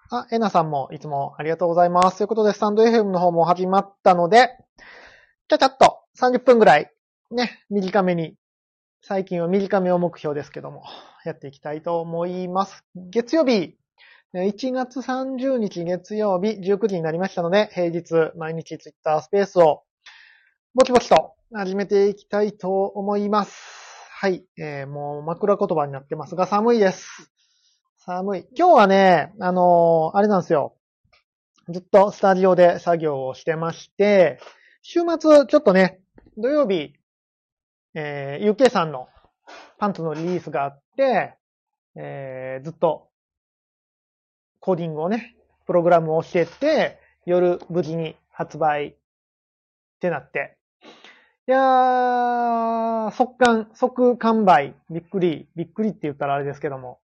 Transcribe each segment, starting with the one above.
エナさんもいつもありがとうございます。ということで、スタンド FM の方も始まったので、ちゃちゃっと30分ぐらい、ね、短めに、最近は短めを目標ですけども、やっていきたいと思います。月曜日、1月30日月曜日19時になりましたので、平日毎日ツイッタースペースをぼちぼちと始めていきたいと思います。はい、もう枕言葉になってますが寒いです。寒い。今日はね、あれなんですよ。ずっとスタジオで作業をしてまして、週末ちょっとね、土曜日、UK さんのパンツのリリースがあって、ずっとコーディングをね、プログラムを教えて、夜無事に発売ってなって、いやー、即完売、びっくりって言ったらあれですけども、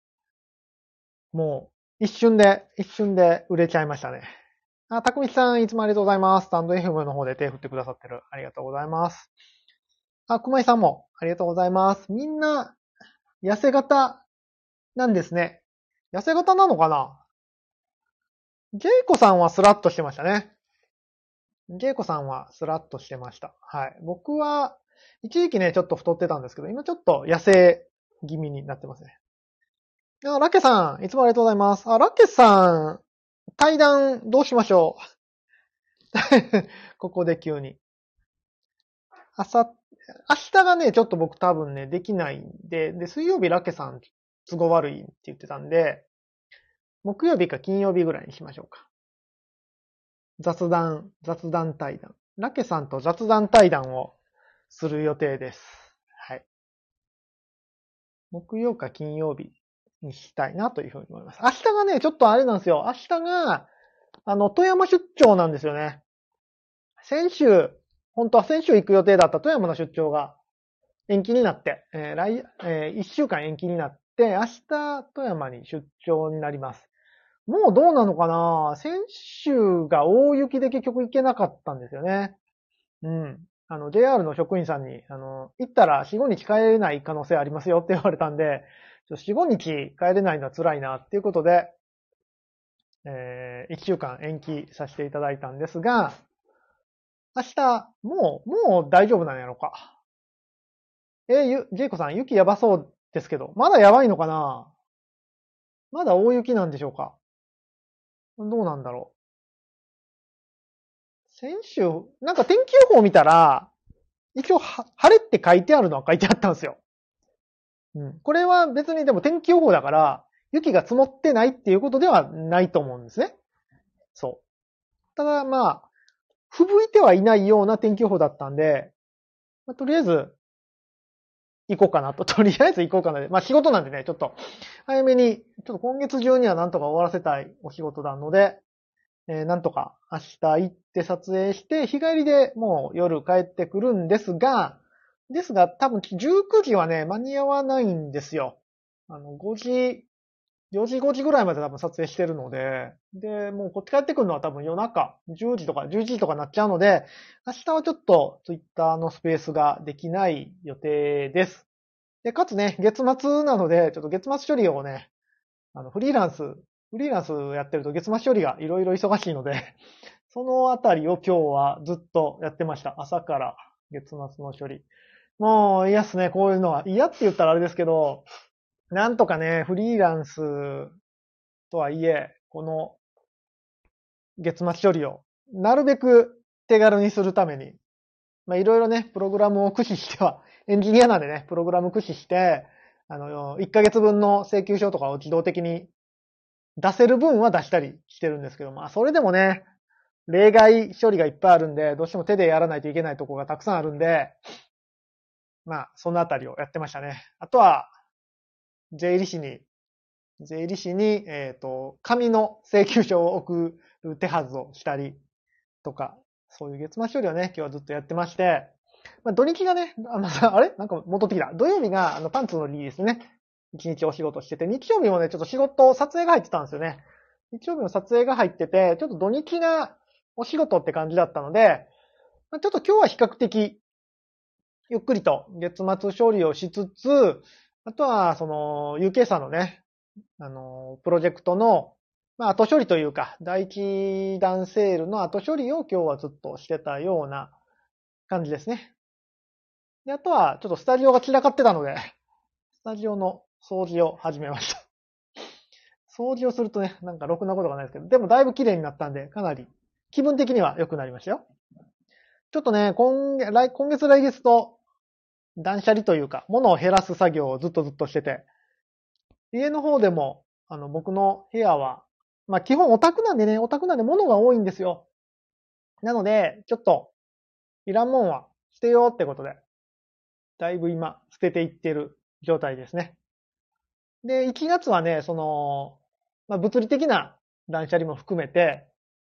もう一瞬で売れちゃいましたね。たくみさん、いつもありがとうございます。スタンド FM の方で手振ってくださってる。ありがとうございます。くまいさんもありがとうございます。みんな、痩せ型なんですね。痩せ型なのかな？ジェイコさんはスラッとしてましたね。ジェイコさんはスラッとしてました。はい。僕は、一時期ね、ちょっと太ってたんですけど、今ちょっと痩せ気味になってますね。ラッケさん、いつもありがとうございます。ラッケさん、対談どうしましょう？ここで急に。明日がね、ちょっと僕多分ね、できないんで、水曜日ラケさん都合悪いって言ってたんで、木曜日か金曜日ぐらいにしましょうか。雑談対談。ラケさんと雑談対談をする予定です。はい。木曜か金曜日にしたいなというふうに思います。明日がね、ちょっとあれなんですよ。明日が、富山出張なんですよね。本当は先週行く予定だった富山の出張が延期になって、1週間延期になって、明日富山に出張になります。もうどうなのかな？先週が大雪で結局行けなかったんですよね。うん。JR の職員さんに、行ったら4、5日帰れない可能性ありますよって言われたんで、4、5日帰れないのは辛いなっていうことで、1週間延期させていただいたんですが、明日、もう大丈夫なんやろか。ジェイコさん、雪やばそうですけど、まだやばいのかな？まだ大雪なんでしょうか？どうなんだろう。先週、なんか天気予報見たら、一応晴れって書いてあるのは書いてあったんですよ。うん。これは別にでも天気予報だから、雪が積もってないっていうことではないと思うんですね。そう。ただまあ、吹雪いてはいないような天気予報だったんで、とりあえず行こうかなと。とりあえず行こうかな。まあ仕事なんでね、ちょっと早めに、ちょっと今月中にはなんとか終わらせたいお仕事なので、なんとか明日行って撮影して、日帰りでもう夜帰ってくるんですが多分19時はね、間に合わないんですよ。5時、4時5時ぐらいまで多分撮影してるので、で、もうこっち帰ってくるのは多分夜中、10時とか11時とかなっちゃうので、明日はちょっと Twitter のスペースができない予定です。で、かつね、月末なので、ちょっと月末処理をね、フリーランスやってると月末処理がいろいろ忙しいので、そのあたりを今日はずっとやってました。朝から月末の処理。もう嫌っすね、こういうのは。嫌って言ったらあれですけど、なんとかね、フリーランスとはいえ、この月末処理をなるべく手軽にするために、まあいろいろね、プログラムを駆使しては、エンジニアなんでね、プログラム駆使して、1ヶ月分の請求書とかを自動的に出せる分は出したりしてるんですけど、まあそれでもね、例外処理がいっぱいあるんで、どうしても手でやらないといけないところがたくさんあるんで、まあそのあたりをやってましたね。あとは、税理士に、紙の請求書を送る手はずをしたりとか、そういう月末処理をね、今日はずっとやってまして、まあ土日がね、あれなんか戻ってきた。土曜日がパンツのリリースね。一日お仕事してて、日曜日もね、ちょっと撮影が入ってたんですよね。日曜日の撮影が入ってて、ちょっと土日がお仕事って感じだったので、ちょっと今日は比較的、ゆっくりと月末処理をしつつ、あとは、UK さんのね、プロジェクトのまあ後処理というか、第一弾セールの後処理を今日はずっとしてたような感じですね。で、あとはちょっとスタジオが散らかってたので、スタジオの掃除を始めました。掃除をするとね、なんかろくなことがないですけど、でもだいぶ綺麗になったんで、かなり気分的には良くなりましたよ。ちょっとね、今月来月と断捨離というか、物を減らす作業をずっとしてて、家の方でも、僕の部屋は、まあ基本オタクなんで物が多いんですよ。なので、ちょっと、いらんもんは捨てようってことで、だいぶ今、捨てていってる状態ですね。で、1月はね、まあ、物理的な断捨離も含めて、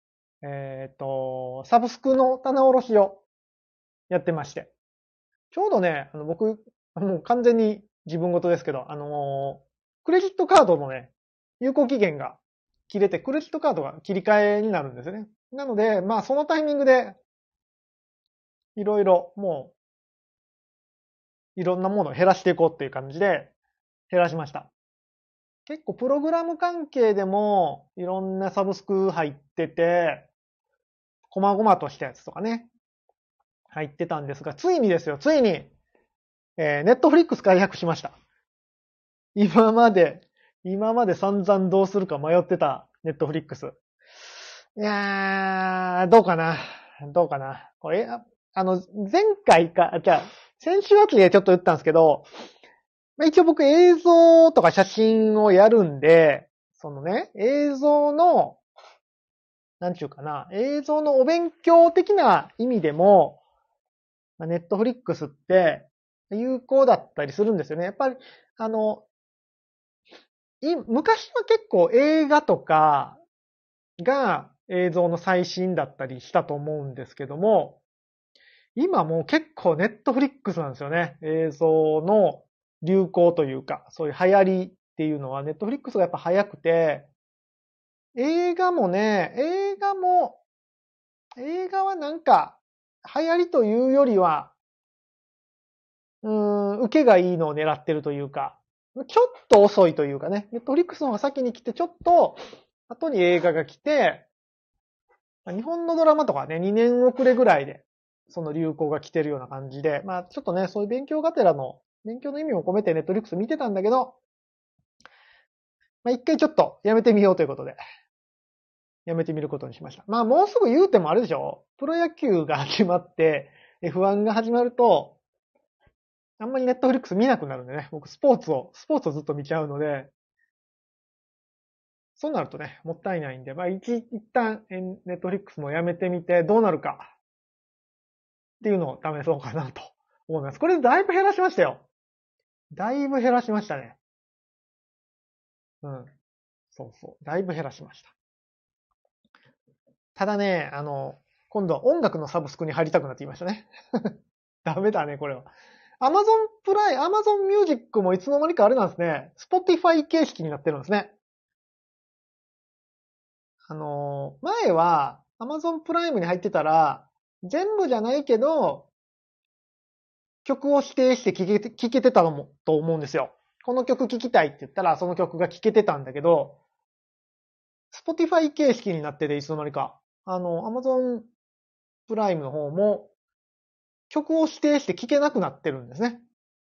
サブスクの棚卸しをやってまして。ちょうどね、僕、もう完全に自分事ですけど、クレジットカードのね、有効期限が切れて、クレジットカードが切り替えになるんですね。なので、まあそのタイミングで、いろいろもう、いろんなものを減らしていこうっていう感じで、減らしました。結構プログラム関係でも、いろんなサブスク入ってて、細々としたやつとかね、入ってたんですが、ついにですよ、ついに、ネットフリックス解約しました。今まで散々どうするか迷ってたネットフリックス。いやー、どうかな。これ、前回か、先週あたりでちょっと言ったんですけど、一応僕映像とか写真をやるんで、そのね、映像のお勉強的な意味でも、ネットフリックスって有効だったりするんですよね。やっぱり、昔は結構映画とかが映像の最新だったりしたと思うんですけども、今もう結構ネットフリックスなんですよね。映像の流行というか、そういう流行りっていうのはネットフリックスがやっぱ早くて、映画もね、映画はなんか流行りというよりは、受けがいいのを狙ってるというか、ちょっと遅いというかね、ネットフリックスの方が先に来てちょっと後に映画が来て、日本のドラマとかね、2年遅れぐらいで、その流行が来てるような感じで、まあちょっとね、そういう勉強の意味を込めてネットフリックス見てたんだけど、まあ一回ちょっとやめてみようということで、やめてみることにしました。まあもうすぐ言うてもあれでしょ？プロ野球が始まって、F1 が始まると、あんまりネットフリックス見なくなるんでね、僕スポーツをずっと見ちゃうので、そうなるとね、もったいないんで、まあ一旦ネットフリックスもやめてみてどうなるかっていうのを試そうかなと思います。これだいぶ減らしましたよ。だいぶ減らしましたね。うん。そうそう。だいぶ減らしました。ただね、今度は音楽のサブスクに入りたくなってきましたね。ダメだね、これは。Amazon Music もいつの間にかあれなんですね。Spotify 形式になってるんですね。前は Amazon プライムに入ってたら、全部じゃないけど、曲を指定して聴けてたと思うんですよ。この曲聴きたいって言ったら、その曲が聴けてたんだけど、Spotify 形式になってて、いつの間にか。Amazon プライムの方も、曲を指定して聴けなくなってるんですね。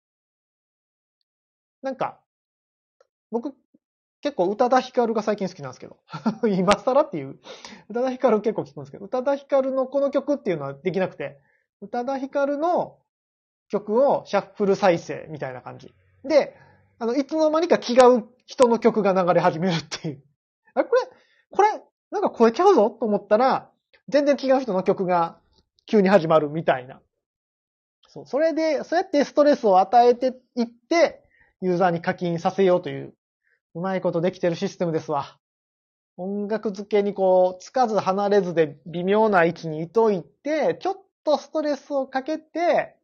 なんか、僕、結構宇多田ヒカルが最近好きなんですけど。今更っていう。宇多田ヒカル結構聴くんですけど、宇多田ヒカルのこの曲っていうのはできなくて、宇多田ヒカルの曲をシャッフル再生みたいな感じ。で、いつの間にか違う人の曲が流れ始めるっていう。あれこれ、なんか超えちゃうぞと思ったら、全然違う人の曲が急に始まるみたいな。そう、そうやってストレスを与えていって、ユーザーに課金させようという、うまいことできてるシステムですわ。音楽付けにつかず離れずで微妙な位置にいといて、ちょっとストレスをかけて、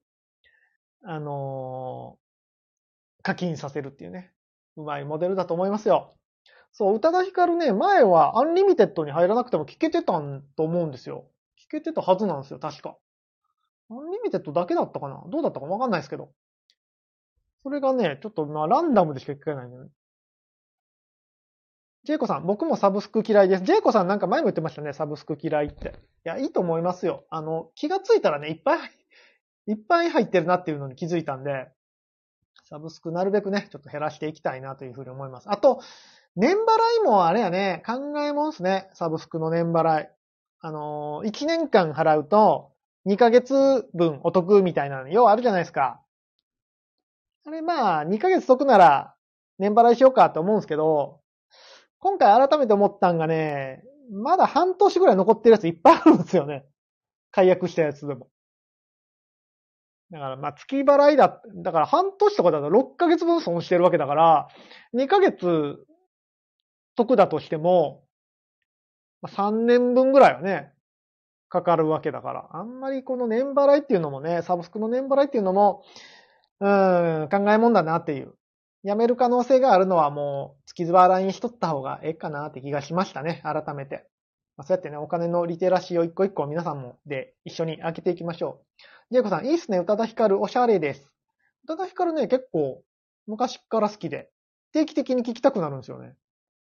課金させるっていうね。うまいモデルだと思いますよ。そう、宇多田ヒカルね、前はアンリミテッドに入らなくても聞けてたと思うんですよ。聞けてたはずなんですよ、確か。アンリミテッドだけだったかな？どうだったかわかんないですけど。それがね、ちょっとランダムでしか聞けないんだよね。 ジェイコさん、僕もサブスク嫌いです。ジェイコさんなんか前も言ってましたね、サブスク嫌いって。いや、いいと思いますよ。気がついたらね、いっぱい入ってるなっていうのに気づいたんで、サブスクなるべくね、ちょっと減らしていきたいなというふうに思います。あと、年払いもあれやね、考えもんすね、サブスクの年払い。1年間払うと、2ヶ月分お得みたいなの、ようあるじゃないですか。あれまあ、2ヶ月得なら、年払いしようかと思うんですけど、今回改めて思ったんがね、まだ半年ぐらい残ってるやついっぱいあるんですよね。解約したやつでも。だからまあ月払いだから半年とかだと6ヶ月分損してるわけだから、2ヶ月得だとしても、3年分ぐらいはね、かかるわけだから。あんまりこの年払いっていうのもね、サブスクの年払いっていうのも、考えもんだなっていう。やめる可能性があるのはもう月払いにしとった方がええかなって気がしましたね、改めて。そうやってね、お金のリテラシーを一個一個皆さんもで一緒に開けていきましょう。ジェイコさん、いいっすね、宇多田ヒカルおしゃれです。宇多田ヒカルね、結構昔から好きで、定期的に聞きたくなるんですよね。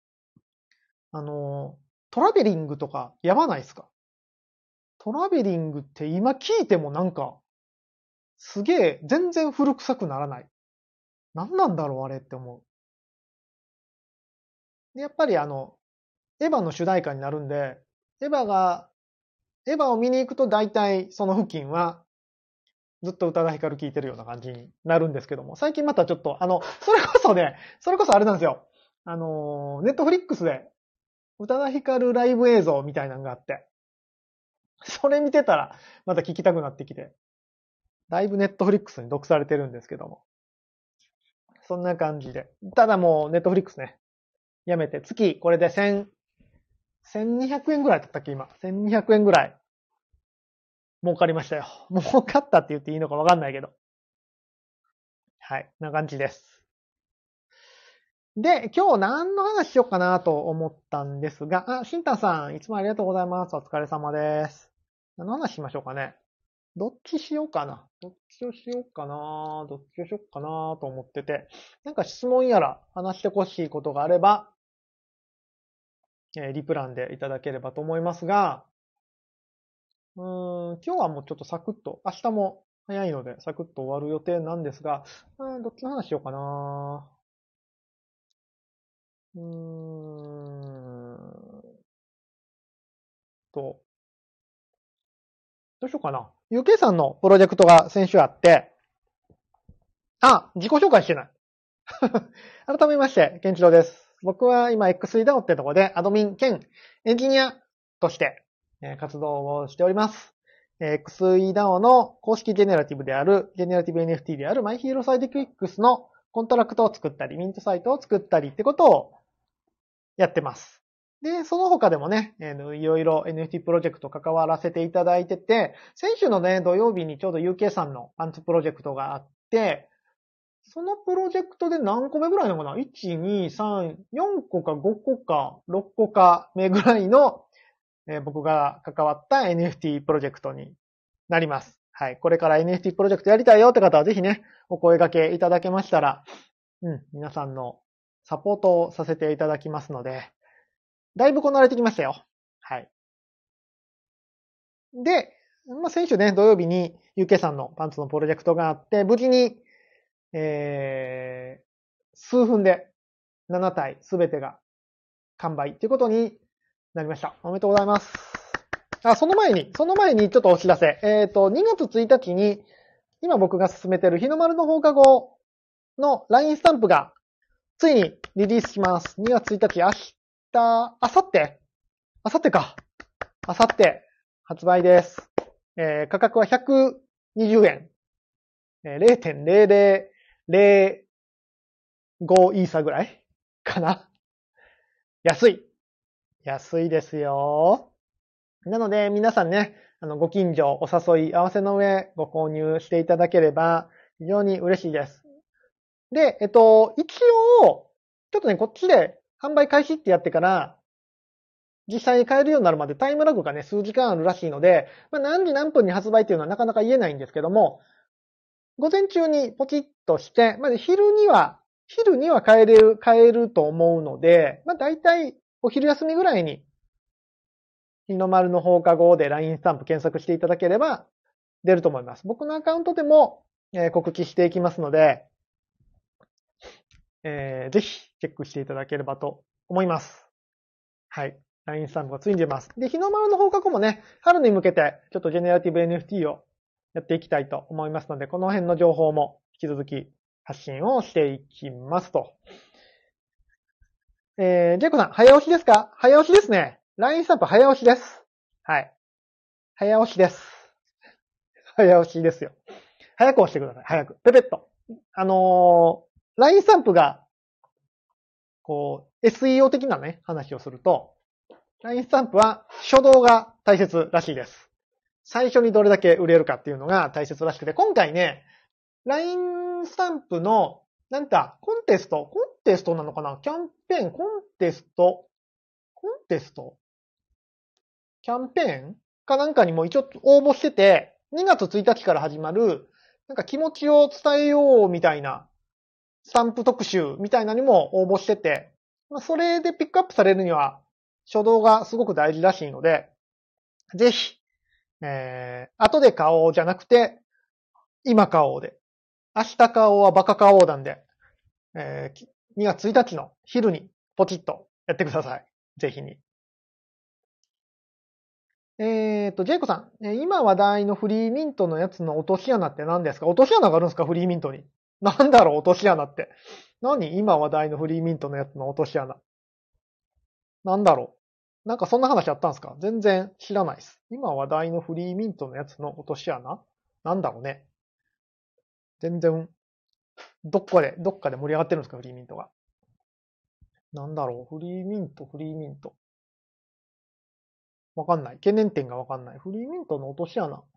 トラベリングとかやばないですか？トラベリングって今聞いてもなんか、すげえ全然古臭くならない。何なんだろうあれって思う。で、やっぱりエヴァの主題歌になるんで、エヴァを見に行くと大体その付近はずっと宇多田ヒカル聴いてるような感じになるんですけども、最近またちょっと、それこそあれなんですよ。ネットフリックスで宇多田ヒカルライブ映像みたいなのがあって、それ見てたらまた聞きたくなってきて、だいぶネットフリックスに毒されてるんですけども。そんな感じで。ただもうネットフリックスね、やめて、月これで1200円ぐらいだったっけ今。1200円ぐらい儲かりましたよ。儲かったって言っていいのかわかんないけど。はい。な感じです。で、今日何の話しようかなと思ったんですが、シンタさん、いつもありがとうございます。お疲れ様です。何の話しましょうかね。どっちしようかな。どっちをしようかな。どっちをしようかなと思ってて、なんか質問やら話してほしいことがあれば、リプランでいただければと思いますが、今日はもうちょっとサクッと、明日も早いのでサクッと終わる予定なんですが、どっちの話しようかな。どうしようかな。UK さんのプロジェクトが先週あって、自己紹介してない。改めまして、ケンチロです。僕は今 XEDAO ってとこでアドミン兼エンジニアとして活動をしております。XEDAO の公式ジェネラティブである、ジェネラティブ NFT である MyHeroSideKicks のコントラクトを作ったり、ミントサイトを作ったりってことをやってます。で、その他でもね、いろいろ NFT プロジェクト関わらせていただいてて、先週のね、土曜日にちょうど UK さんのパンツプロジェクトがあって、そのプロジェクトで何個目ぐらいなのかな ?1、2、3、4個か5個か6個か目ぐらいの、僕が関わった NFT プロジェクトになります。はい。これから NFT プロジェクトやりたいよって方はぜひね、お声掛けいただけましたら、皆さんのサポートをさせていただきますので、だいぶこなれてきましたよ。はい。で、先週ね、土曜日に UK さんのパンツのプロジェクトがあって、無事に、数分で7体すべてが完売ということになりました。おめでとうございます。その前にちょっとお知らせ。2月1日に、今僕が進めている日の丸の放課後の LINE スタンプが、ついにリリースします。2月1日、あさって発売です。価格は120円。0.0005 イーサぐらいかな。安いですよ。なので、皆さんね、ご近所、お誘い合わせの上、ご購入していただければ、非常に嬉しいです。で、一応、ちょっとね、こっちで販売開始ってやってから、実際に買えるようになるまでタイムラグがね、数時間あるらしいので、何時何分に発売っていうのはなかなか言えないんですけども、午前中にポチッとして、昼には昼には買えると思うので、まあ大体お昼休みぐらいに、日の丸の放課後で LINE スタンプ検索していただければ出ると思います。僕のアカウントでも、告知していきますので、ぜひチェックしていただければと思います。はい。LINE スタンプがついてます。で、日の丸の放課後もね、春に向けてちょっとジェネラティブ NFT をやっていきたいと思いますので、この辺の情報も引き続き発信をしていきますと。ジェイコさん、早押しですか？早押しですね。LINE スタンプ早押しです。はい。早押しです。早押しですよ。早く押してください。早く。ペペッと。LINE スタンプが、こう、SEO 的なね、話をすると、LINE スタンプは初動が大切らしいです。最初にどれだけ売れるかっていうのが大切らしくて、今回ね、LINE スタンプの、コンテストなのかな？キャンペーン、コンテストキャンペーンかなんかにも一応応募してて、2月1日から始まる、なんか気持ちを伝えようみたいな、スタンプ特集みたいなにも応募してて、それでピックアップされるには、初動がすごく大事らしいので、ぜひ、後で買おうじゃなくて、今買おうで。明日買おうはバカ買おうなんで、2月1日の昼にポチッとやってください。ぜひに。ジェイコさん、今話題のフリーミントのやつの落とし穴って何ですか？落とし穴があるんですか？フリーミントに。なんだろう、落とし穴って。何？今話題のフリーミントのやつの落とし穴。なんだろう。なんかそんな話あったんですか？全然知らないです。今話題のフリーミントのやつの落とし穴？なんだろうね。全然、どっかで盛り上がってるんですか？フリーミントが。なんだろう。フリーミント。わかんない。懸念点がわかんない。フリーミントの落とし穴。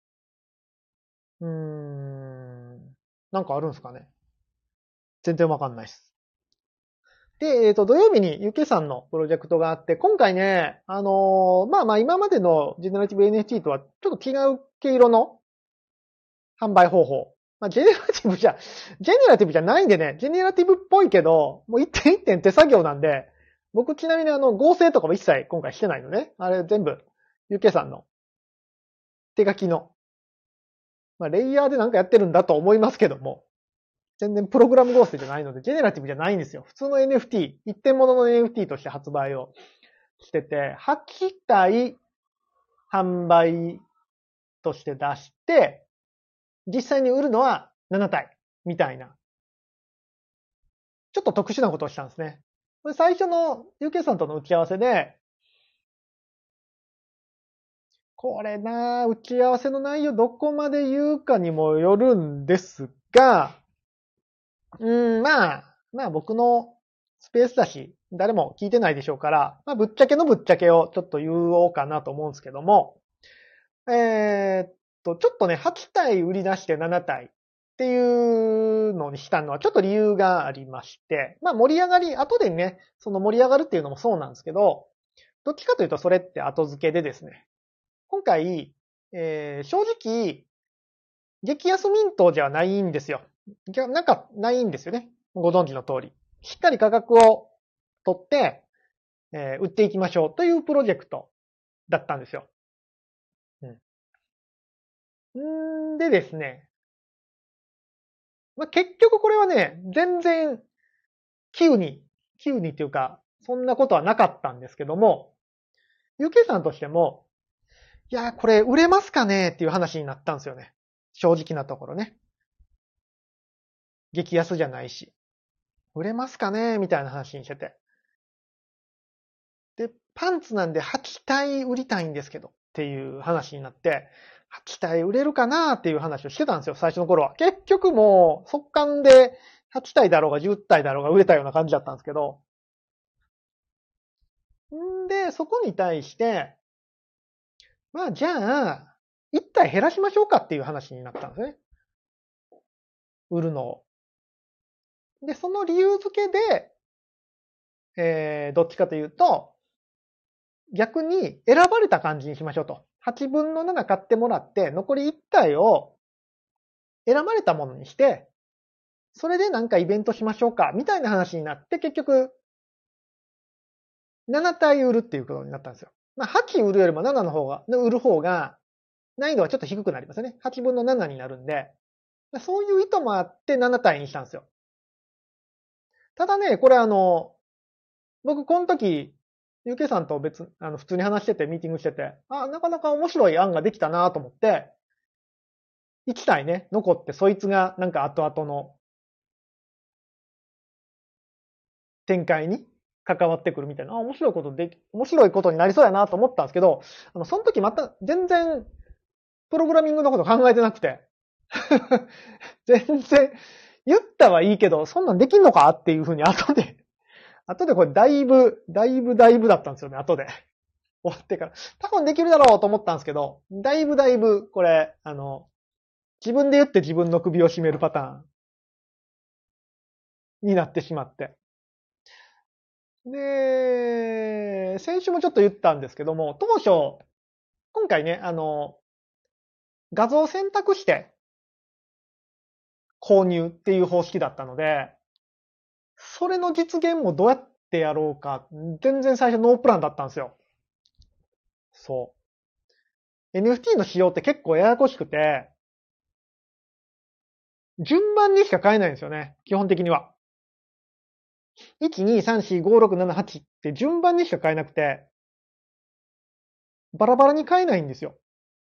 なんかあるんですかね。全然わかんないです。で、土曜日にゆけさんのプロジェクトがあって、今回ね、今までのジェネラティブ NFT とはちょっと違う毛色の販売方法。ジェネラティブじゃないんでね、ジェネラティブっぽいけど、もう一点一点手作業なんで、僕ちなみに合成とかも一切今回してないのね。あれ全部、ゆけさんの手書きの、レイヤーでなんかやってるんだと思いますけども、全然プログラム合成じゃないので、ジェネラティブじゃないんですよ。普通の NFT、一点物の NFT として発売をしてて、8体販売として出して、実際に売るのは7体みたいな。ちょっと特殊なことをしたんですね。これ最初の UK さんとの打ち合わせで、これな打ち合わせの内容どこまで言うかにもよるんですが、僕のスペースだし、誰も聞いてないでしょうから、ぶっちゃけのぶっちゃけをちょっと言おうかなと思うんですけども、ちょっとね、8体売り出して7体っていうのにしたのはちょっと理由がありまして、盛り上がり、後でね、その盛り上がるっていうのもそうなんですけど、どっちかというとそれって後付けでですね、今回、正直、激安ミントじゃないんですよ。ないんですよね。ご存知の通り。しっかり価格を取って、売っていきましょうというプロジェクトだったんですよ。でですね。結局これはね、全然、急にっていうか、そんなことはなかったんですけども、ゆけさんとしても、いや、これ売れますかねっていう話になったんですよね。正直なところね。激安じゃないし。売れますかねみたいな話にしてて。で、パンツなんで8体売りたいんですけどっていう話になって、8体売れるかなっていう話をしてたんですよ、最初の頃は。結局もう、速乾で8体だろうが10体だろうが売れたような感じだったんですけど。で、そこに対して、じゃあ、1体減らしましょうかっていう話になったんですね。売るのを。で、その理由付けで、どっちかというと、逆に選ばれた感じにしましょうと。8分の7買ってもらって、残り1体を選ばれたものにして、 それでなんかイベントしましょうか、みたいな話になって、結局、7体売るっていうことになったんですよ。まあ、8売るよりも7の方が、売る方が、難易度はちょっと低くなりますよね。8分の7になるんで、そういう意図もあって7体にしたんですよ。ただね、これ僕この時、ゆうけいさんと普通に話してて、ミーティングしてて、なかなか面白い案ができたなと思って、1体ね、残って、そいつがなんか後々の展開に関わってくるみたいな、面白いことになりそうやなと思ったんですけど、その時また全然、プログラミングのこと考えてなくて、全然、言ったはいいけど、そんなんできんのかっていうふうに後でこれだいぶだったんですよね、後で。終わってから。多分できるだろうと思ったんですけど、だいぶ、これ、自分で言って自分の首を絞めるパターンになってしまって。で、先週もちょっと言ったんですけども、当初、今回ね、画像を選択して購入っていう方式だったので、それの実現もどうやってやろうか、全然最初ノープランだったんですよ。そう。NFT の仕様って結構ややこしくて、順番にしか買えないんですよね。基本的には。1、2、3、4、5、6、7、8って順番にしか買えなくて、バラバラに買えないんですよ。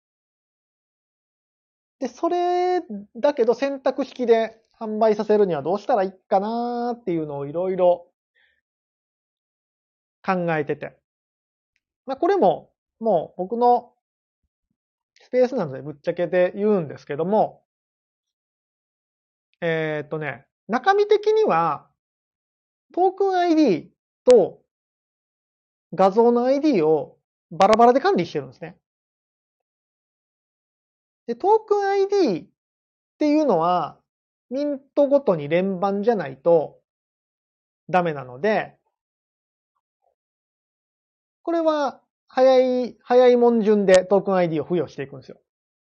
で、それだけど選択式で販売させるにはどうしたらいいかなーっていうのをいろいろ考えてて。まあこれももう僕のスペースなのでぶっちゃけて言うんですけども、中身的にはトークン ID と画像の ID をバラバラで管理してるんですね。で、トークン ID っていうのはミントごとに連番じゃないとダメなので、これは早いもん順でトークン ID を付与していくんですよ。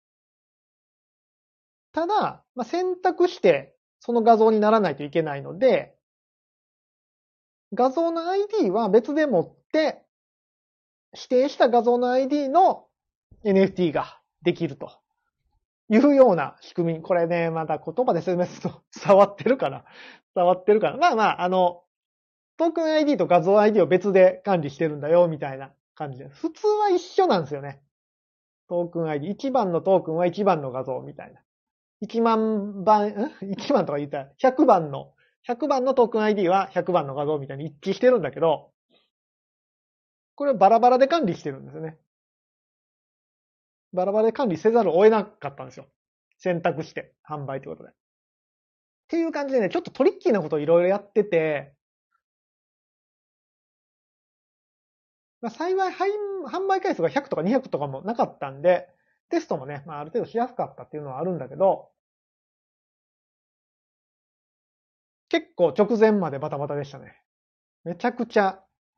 ただ、選択してその画像にならないといけないので、画像の ID は別で持って指定した画像の ID の NFT ができるというような仕組み。これね、また言葉で説明すると伝わってるかな。トークン ID と画像 ID を別で管理してるんだよ、みたいな感じで。普通は一緒なんですよね。トークン ID。1番のトークンは1番の画像みたいな。1万番、1番とか言ったら100番のトークン ID は100番の画像みたいに一致してるんだけど、これをバラバラで管理してるんですよね。バラバラで管理せざるを得なかったんですよ。選択して販売ということで。っていう感じでね、ちょっとトリッキーなことをいろいろやってて、幸い販売回数が100とか200とかもなかったんで、テストもね、ある程度しやすかったっていうのはあるんだけど、結構直前までバタバタでしたね。めちゃくちゃ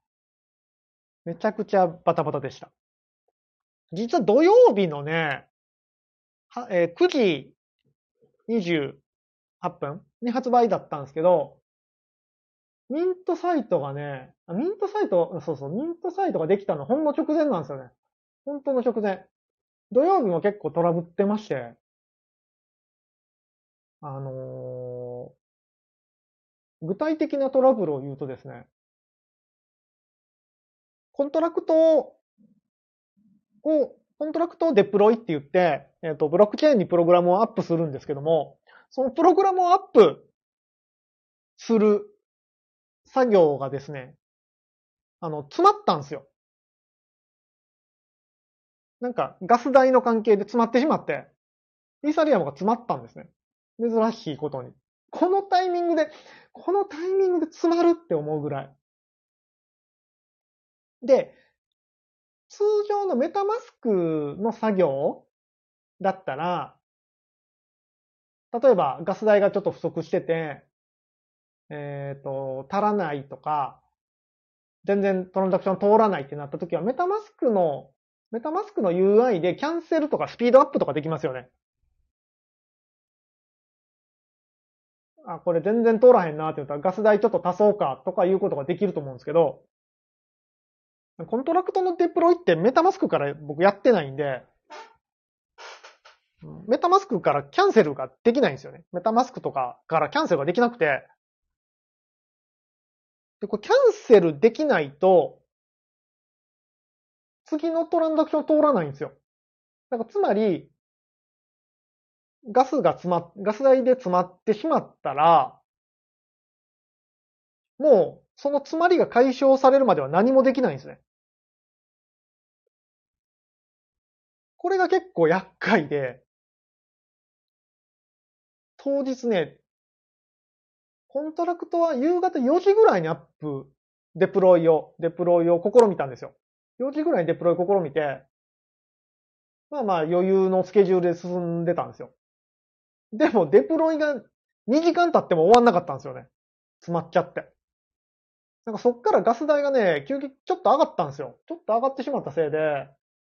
バタバタでした。実は土曜日のね、9時28分に発売だったんですけど、ミントサイトがミントサイトができたのほんの直前なんですよね。本当の直前。土曜日も結構トラブってまして、あの具体的なトラブルを言うとですね、コントラクトをデプロイって言って、ブロックチェーンにプログラムをアップするんですけども、そのプログラムをアップする作業がですね、詰まったんですよ。なんか、ガス代の関係で詰まってしまって、イーサリアムが詰まったんですね。珍しいことに。このタイミングで詰まるって思うぐらい。で、通常のメタマスクの作業だったら、例えばガス代がちょっと不足してて、足らないとか、全然トランザクション通らないってなった時は、メタマスクの UI でキャンセルとかスピードアップとかできますよね。 あ、これ全然通らへんなって言ったらガス代ちょっと足そうかとかいうことができると思うんですけど、コントラクトのデプロイってメタマスクから僕やってないんで、メタマスクからキャンセルができないんですよね。メタマスクとかからキャンセルができなくて、で、これキャンセルできないと、次のトランザクション通らないんですよ。だからつまり、ガス代で詰まってしまったら、もう、その詰まりが解消されるまでは何もできないんですね。これが結構厄介で、当日ね、コントラクトは夕方4時ぐらいにデプロイを試みたんですよ。4時ぐらいにデプロイ試みて、まあまあ余裕のスケジュールで進んでたんですよ。でもデプロイが2時間経っても終わんなかったんですよね。詰まっちゃって。なんかそっからガス代がね、急激ちょっと上がったんですよ。ちょっと上がってしまったせいで、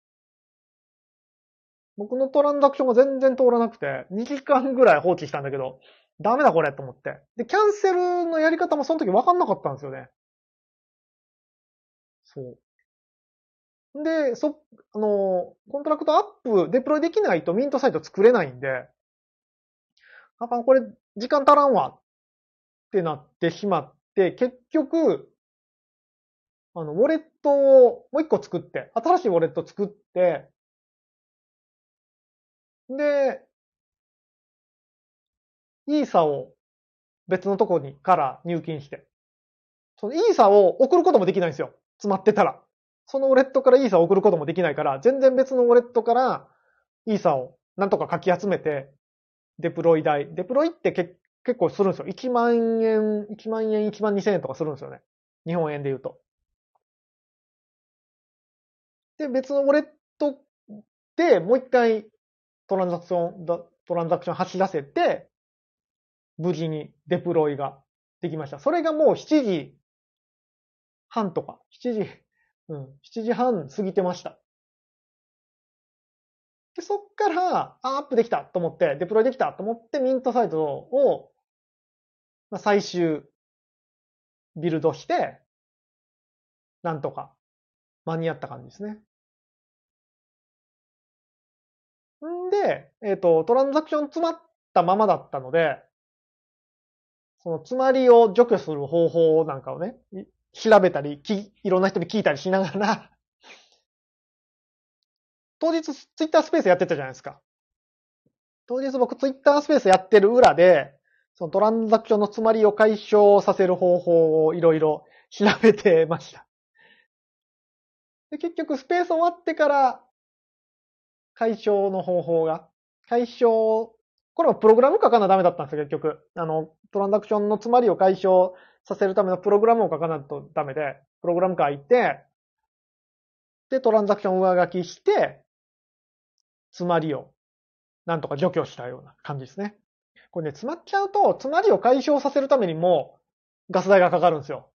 僕のトランザクションが全然通らなくて、2時間ぐらい放置したんだけど、ダメだこれと思って。で、キャンセルのやり方もその時分かんなかったんですよね。そう。で、コントラクトアップ、デプロイできないとミントサイト作れないんで、あかん、これ時間足らんわってなってしまって、結局、ウォレットをもう一個作って、新しいウォレット作って、で、イーサを別のとこにから入金して、そのイーサを送ることもできないんですよ。詰まってたら。そのウォレットからイーサを送ることもできないから、全然別のウォレットからイーサをなんとかかき集めて、デプロイって結構するんですよ。1万円、1万円、1万2000円とかするんですよね。日本円で言うと。で、別のウォレットでもう一回トランザクション走らせて、無事にデプロイができました。それがもう7時半とか、7時半過ぎてました。で、そっから、アップできたと思って、デプロイできたと思って、ミントサイトを、最終ビルドして、なんとか間に合った感じですね。んで、トランザクション詰まったままだったので、その詰まりを除去する方法なんかをね、調べたり、いろんな人に聞いたりしながら、当日ツイッタースペースやってたじゃないですか。当日僕ツイッタースペースやってる裏で、そのトランザクションの詰まりを解消させる方法をいろいろ調べてました。で、結局スペース終わってから解消の方法が、これもプログラム書かなダメだったんですよ、結局。トランザクションの詰まりを解消させるためのプログラムを書かないとダメで、プログラム書いて、で、トランザクション上書きして、詰まりをなんとか除去したような感じですね。これね、詰まっちゃうと、詰まりを解消させるためにも、ガス代がかかるんですよ。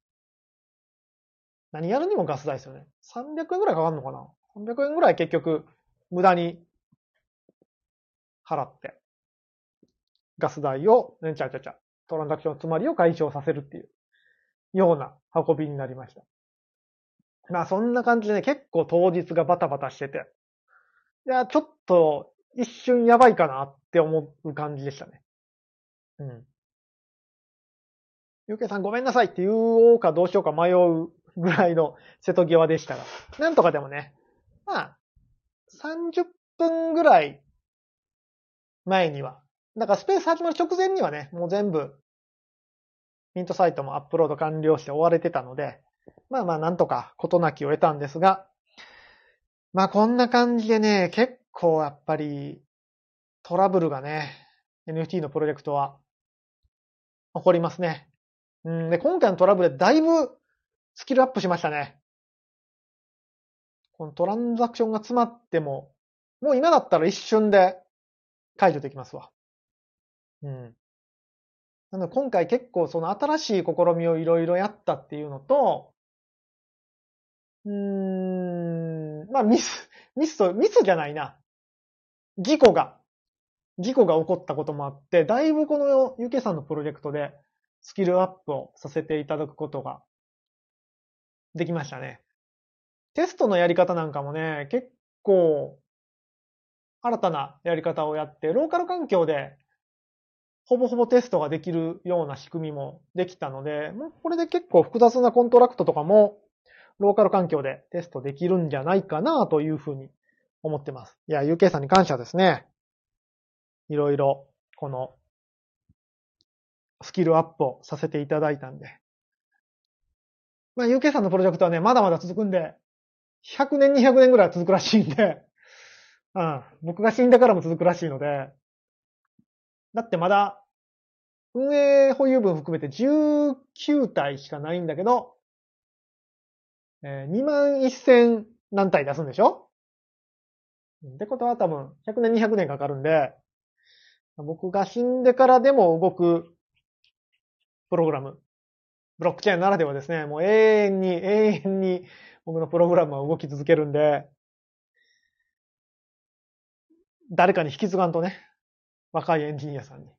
何やるにもガス代ですよね。300円ぐらいかかるのかな ?300 円ぐらい結局、無駄に払って、ガス代を、トランザクション詰まりを解消させるっていうような運びになりました。まあそんな感じでね、結構当日がバタバタしてて、いや、ちょっと一瞬やばいかなって思う感じでしたね。うん。ゆうけいさんごめんなさいって言おうかどうしようか迷うぐらいの瀬戸際でしたが、なんとかでもね、まあ、30分ぐらい前には、だからスペース始まる直前にはね、もう全部、ミントサイトもアップロード完了して終われてたので、まあまあなんとか事なきを得たんですが、まあこんな感じでね、結構やっぱりトラブルがね、NFT のプロジェクトは起こりますね。で、今回のトラブルでだいぶスキルアップしましたね。このトランザクションが詰まっても、もう今だったら一瞬で解除できますわ。なので今回結構その新しい試みをいろいろやったっていうのと、まあミスじゃないな。事故が事故が起こったこともあって、だいぶこのゆけさんのプロジェクトでスキルアップをさせていただくことができましたね。テストのやり方なんかもね、結構新たなやり方をやって、ローカル環境でほぼほぼテストができるような仕組みもできたので、もうこれで結構複雑なコントラクトとかもローカル環境でテストできるんじゃないかなというふうに思ってます。いや、UK さんに感謝ですね。いろいろこのスキルアップをさせていただいたんで。まあ UK さんのプロジェクトはね、まだまだ続くんで、100年200年ぐらいは続くらしいんで、うん、僕が死んだからも続くらしいので、だってまだ運営保有分含めて19体しかないんだけど、21,000何体出すんでしょってことは多分100年200年かかるんで、僕が死んでからでも動くプログラム、ブロックチェーンならではですね、もう永遠に僕のプログラムは動き続けるんで、誰かに引き継がんとね、若いエンジニアさんに。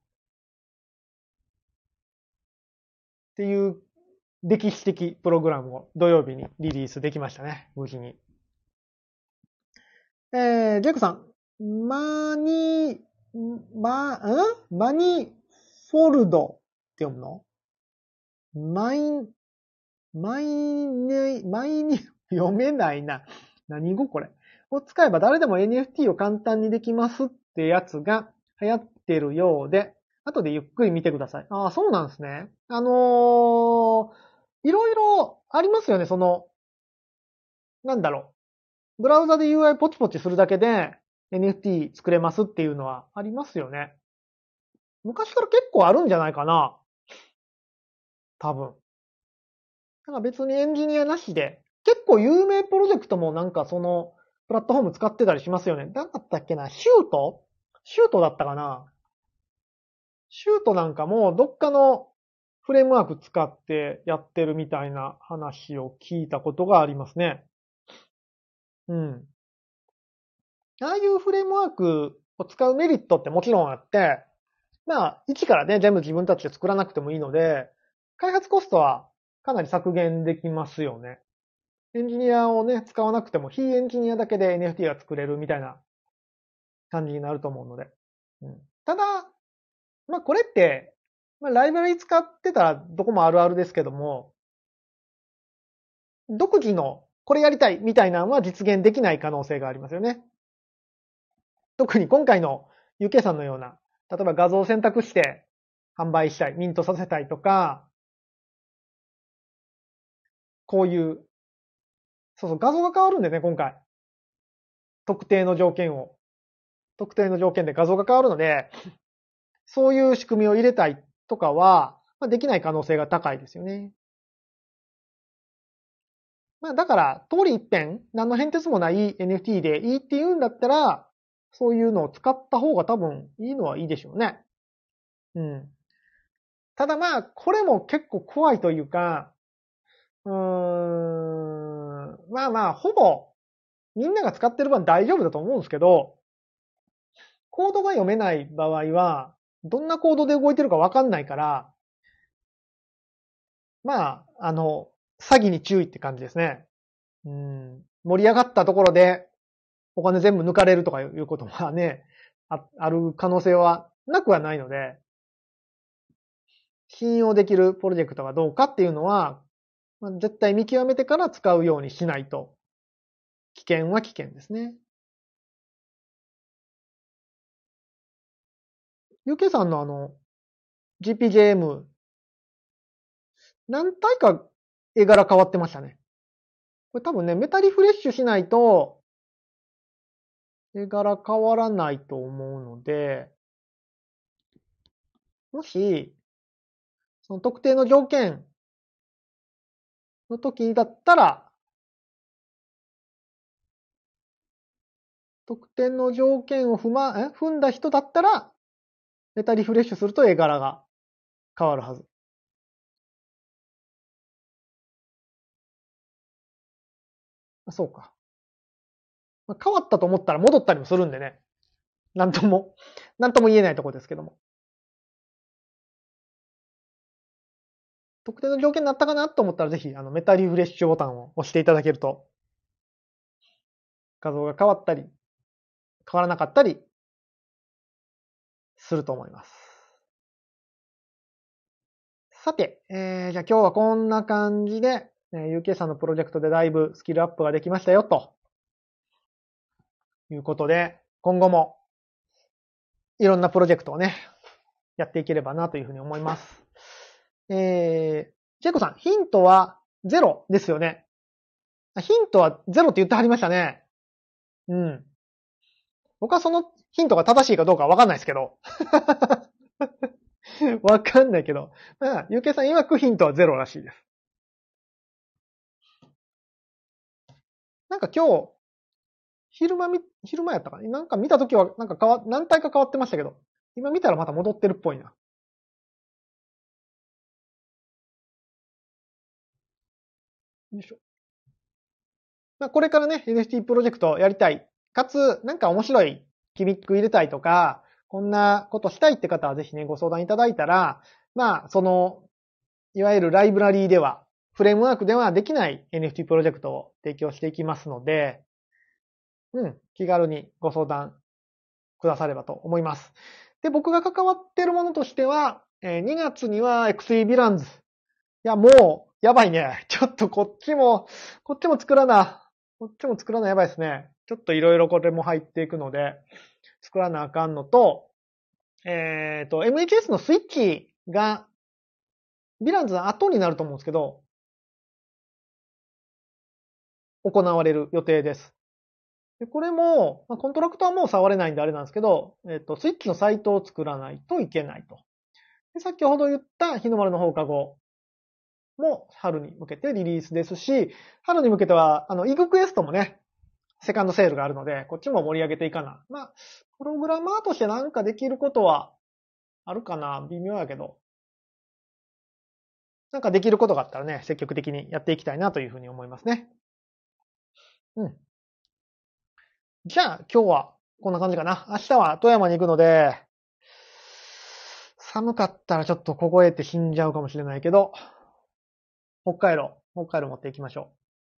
っていう歴史的プログラムを土曜日にリリースできましたね、無事に。ジェイクさん、マニフォルドって読むのマイに読めないな。何語これ。を使えば誰でも NFT を簡単にできますってやつが流行ってるようで、後でゆっくり見てください。ああ、そうなんですね。いろいろありますよね、なんだろう。ブラウザで UI ポチポチするだけで NFT 作れますっていうのはありますよね。昔から結構あるんじゃないかな。多分。だから別にエンジニアなしで、結構有名プロジェクトもなんかプラットフォーム使ってたりしますよね。何だったっけなシュートだったかなシュートなんかもどっかのフレームワーク使ってやってるみたいな話を聞いたことがありますね。うん。ああいうフレームワークを使うメリットってもちろんあって、まあ、一からね、全部自分たちで作らなくてもいいので、開発コストはかなり削減できますよね。エンジニアをね、使わなくても、非エンジニアだけで NFT が作れるみたいな感じになると思うので。うん、ただ、まあこれって、まあライブラリ使ってたらどこもあるあるですけども、独自のこれやりたいみたいなのは実現できない可能性がありますよね。特に今回の UK さんのような、例えば画像を選択して販売したい、ミントさせたいとか、こういう、そうそう画像が変わるんでね、今回。特定の条件で画像が変わるので、そういう仕組みを入れたいとかは、まあ、できない可能性が高いですよね。まあだから、通り一遍、何の変哲もない NFT でいいって言うんだったら、そういうのを使った方が多分いいのはいいでしょうね。うん。ただまあ、これも結構怖いというか、まあまあ、ほぼみんなが使ってる分大丈夫だと思うんですけど、コードが読めない場合は、どんなコードで動いてるかわかんないから、まあ、詐欺に注意って感じですね。うん。盛り上がったところでお金全部抜かれるとかいうことはね、ある可能性はなくはないので、信用できるプロジェクトがどうかっていうのは、絶対見極めてから使うようにしないと、危険は危険ですね。UK さんのGPJM、何体か絵柄変わってましたね。これ多分ね、メタリフレッシュしないと、絵柄変わらないと思うので、もし、その特定の条件の時だったら、特定の条件を踏んだ人だったら、メタリフレッシュすると絵柄が変わるはず。そうか。変わったと思ったら戻ったりもするんでね。 なんとも言えないところですけども。特定の条件になったかなと思ったらぜひ、メタリフレッシュボタンを押していただけると、画像が変わったり、変わらなかったりすると思います。さて、じゃあ今日はこんな感じで、UK さんのプロジェクトでだいぶスキルアップができましたよ、ということで、今後もいろんなプロジェクトをね、やっていければなというふうに思います。ジェイコさん、ヒントは0ですよね。ヒントは0って言ってはりましたね。うん。僕はそのヒントが正しいかどうかわかんないですけど。わかんないけど。まあ、ゆうけいさん曰くヒントは0らしいです。なんか今日、昼間やったかな、なんか見たときは、なんか何体か変わってましたけど、今見たらまた戻ってるっぽいな。よいしょ。まあ、これからね、NFT プロジェクトやりたい。かつ、なんか面白いギミック入れたいとか、こんなことしたいって方はぜひね、ご相談いただいたら、まあ、いわゆるライブラリーでは、フレームワークではできない NFT プロジェクトを提供していきますので、気軽にご相談くださればと思います。で、僕が関わっているものとしては、2月には XE ヴィランズ。いや、もう、やばいね。ちょっとこっちも作らな。こっちも作らなやばいですね。ちょっといろいろこれも入っていくので、作らなあかんのと、MHS のスイッチが、ヴィランズの後になると思うんですけど、行われる予定です。でこれも、コントラクトはもう触れないんであれなんですけど、スイッチのサイトを作らないといけないと。で先ほど言った日の丸の放課後も春に向けてリリースですし、春に向けては、イグクエストもね、セカンドセールがあるので、こっちも盛り上げていかな。まあ、プログラマーとしてなんかできることはあるかな、微妙やけど。なんかできることがあったらね、積極的にやっていきたいなというふうに思いますね。うん。じゃあ、今日はこんな感じかな。明日は富山に行くので、寒かったらちょっと凍えて死んじゃうかもしれないけど、北海道持っていきましょ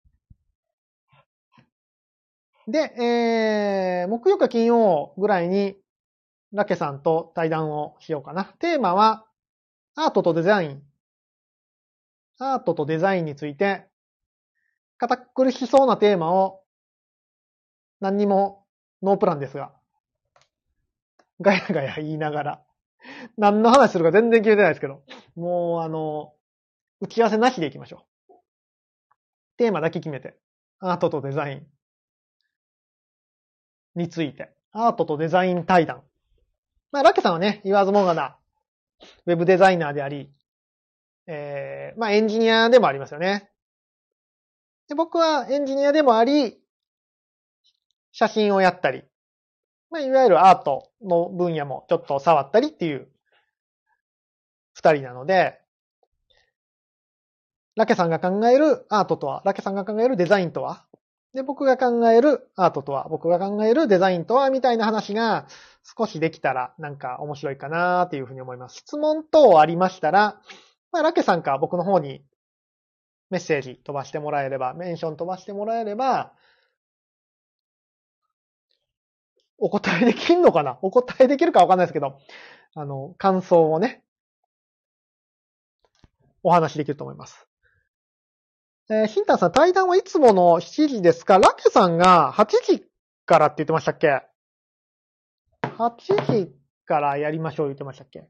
う。で、木曜か金曜ぐらいに、ラケさんと対談をしようかな。テーマは、アートとデザイン。アートとデザインについて、堅苦しそうなテーマを、何にもノープランですが、ガヤガヤ言いながら、何の話するか全然決めてないですけど、もう打ち合わせなしでいきましょう。テーマだけ決めて、アートとデザインについて、アートとデザイン対談。まあ、ラッケさんはね、言わずもがな、ウェブデザイナーであり、まあ、エンジニアでもありますよね。で、僕はエンジニアでもあり、写真をやったり、まあ、いわゆるアートの分野もちょっと触ったりっていう二人なので、ラケさんが考えるアートとは、ラケさんが考えるデザインとは、で、僕が考えるアートとは、僕が考えるデザインとは、みたいな話が少しできたらなんか面白いかなっていうふうに思います。質問等ありましたら、まあ、ラケさんか僕の方にメッセージ飛ばしてもらえれば、メンション飛ばしてもらえれば、お答えできんのかな、お答えできるかわかんないですけど、感想をね、お話しできると思います。ヒンタンさん、対談はいつもの7時ですか？ラケさんが8時からって言ってましたっけ？ 8 時からやりましょう言ってましたっけ？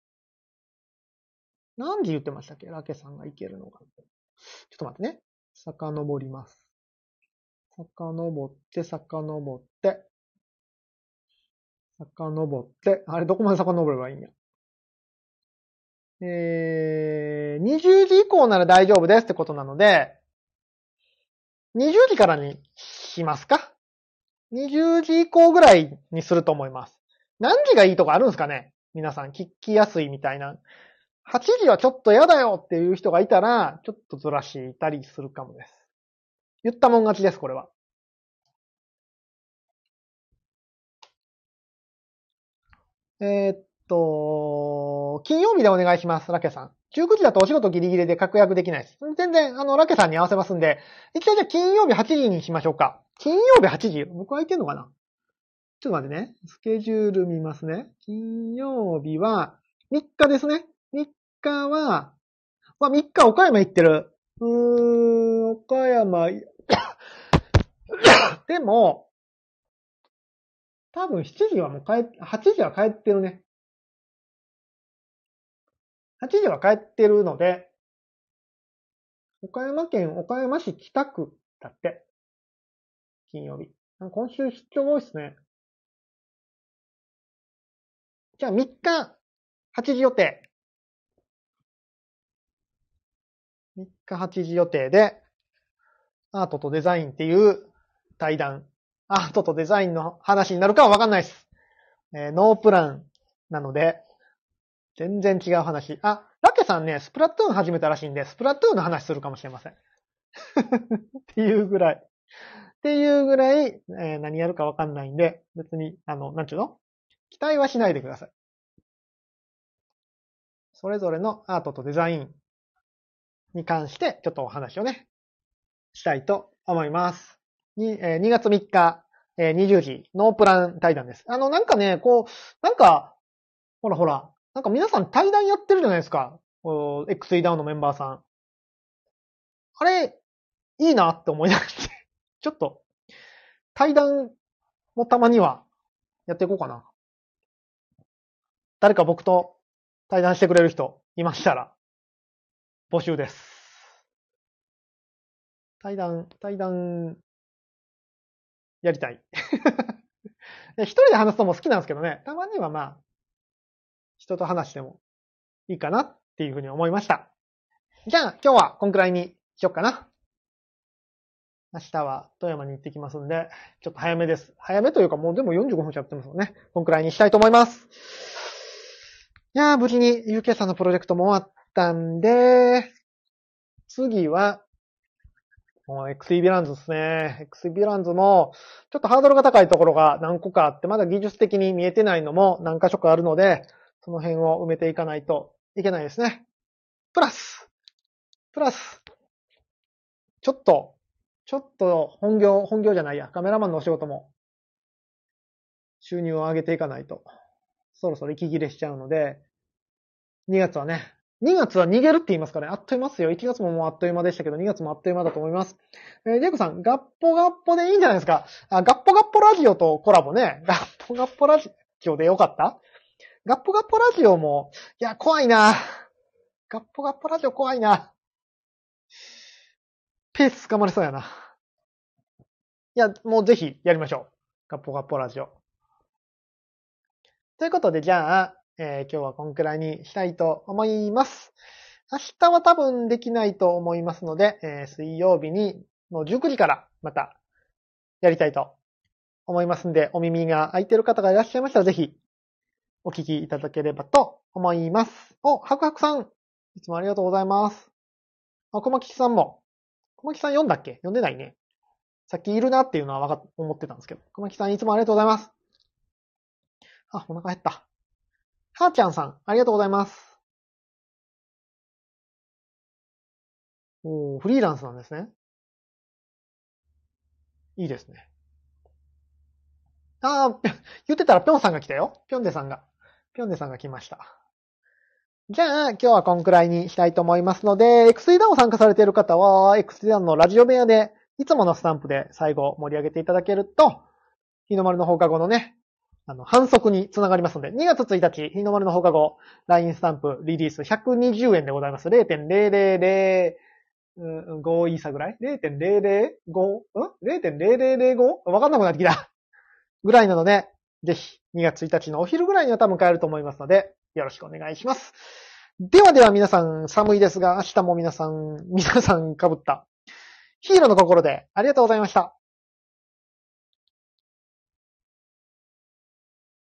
何時言ってましたっけ？ラケさんが行けるのが。ちょっと待ってね。遡ります。遡って、あれどこまで遡ればいいんや。20時以降なら大丈夫ですってことなので、20時からにしますか？ 20 時以降ぐらいにすると思います。何時がいいとかあるんですかね？皆さん聞きやすいみたいな。8時はちょっと嫌だよっていう人がいたら、ちょっとずらしたりするかもです。言ったもん勝ちです、これは。 金曜日でお願いします、ラケさん。19時だとお仕事ギリギリで確約できないです。全然、ラケさんに合わせますんで、一回じゃあ金曜日8時にしましょうか。金曜日8時僕空いてんのかなちょっと待ってね。スケジュール見ますね。金曜日は、3日ですね。3日は、3日岡山行ってる。岡山、でも、多分7時はもう8時は帰ってるね。8時は帰ってるので、岡山県岡山市北区だって。金曜日。今週出張多いっすね。じゃあ3日、8時予定。3日8時予定で、アートとデザインっていう対談。アートとデザインの話になるかはわかんないです。ノープランなので、全然違う話。ラケさんね、スプラトゥーン始めたらしいんで、スプラトゥーンの話するかもしれません。っていうぐらい。何やるかわかんないんで、別に、なんちゅうの？期待はしないでください。それぞれのアートとデザインに関して、ちょっとお話をね、したいと思います。2月3日、20時、ノープラン対談です。なんかね、ほら、なんか皆さん対談やってるじゃないですか。XE ダウンのメンバーさん。あれ、いいなって思いながら、ちょっと、対談もたまにはやっていこうかな。誰か僕と対談してくれる人いましたら、募集です。対談、やりたい。一人で話すのも好きなんですけどね、たまには人と話してもいいかなっていうふうに思いました。じゃあ、今日はこんくらいにしよっかな。明日は富山に行ってきますんで、ちょっと早めです。早めというかもうでも45分しちゃってますもんね。こんくらいにしたいと思います。いやー、無事に UK さんのプロジェクトも終わったんで、次は、もう XE ヴィランズですね。XE ヴィランズも、ちょっとハードルが高いところが何個かあって、まだ技術的に見えてないのも何箇所かあるので、その辺を埋めていかないといけないですね。プラス、ちょっと本業じゃないや、カメラマンのお仕事も収入を上げていかないと、そろそろ息切れしちゃうので、2月は逃げるって言いますかね。あっという間ですよ。1月ももうあっという間でしたけど、2月もあっという間だと思います。ジェイコさん、ガッポガッポでいいんじゃないですか。ガッポガッポラジオとコラボね。ガッポガッポラジオでよかった？ガッポガッポラジオも、いや、怖いな。ガッポガッポラジオ怖いな。ペース掴まれそうやな。いや、もうぜひやりましょう。ガッポガッポラジオ。ということで、じゃあ、今日はこんくらいにしたいと思います。明日は多分できないと思いますので、水曜日にの19時からまたやりたいと思いますんで、お耳が空いてる方がいらっしゃいましたらぜひお聞きいただければと思います。ハクハクさん、いつもありがとうございます。小牧さんも。小牧さん読んだっけ？読んでないね。さっきいるなっていうのは思ってたんですけど。小牧さんいつもありがとうございます。お腹減った。はーちゃんさん、ありがとうございます。フリーランスなんですね。いいですね。言ってたらぴょんさんが来たよ。ぴょんでさんが来ました。じゃあ、今日はこんくらいにしたいと思いますので、XE ダウン参加されている方は、XE ダウンのラジオ部屋で、いつものスタンプで最後盛り上げていただけると、日の丸の放課後のね、反則につながりますので、2月1日、日の丸の放課後、LINE スタンプリリース120円でございます。0.000、5イーサぐらい ?0.005?0.0005? わかんなくなってきた。ぐらいなので、ぜひ2月1日のお昼ぐらいには多分買えると思いますので、よろしくお願いします。では皆さん寒いですが、明日も皆さん被った。ヒーローの心でありがとうございました。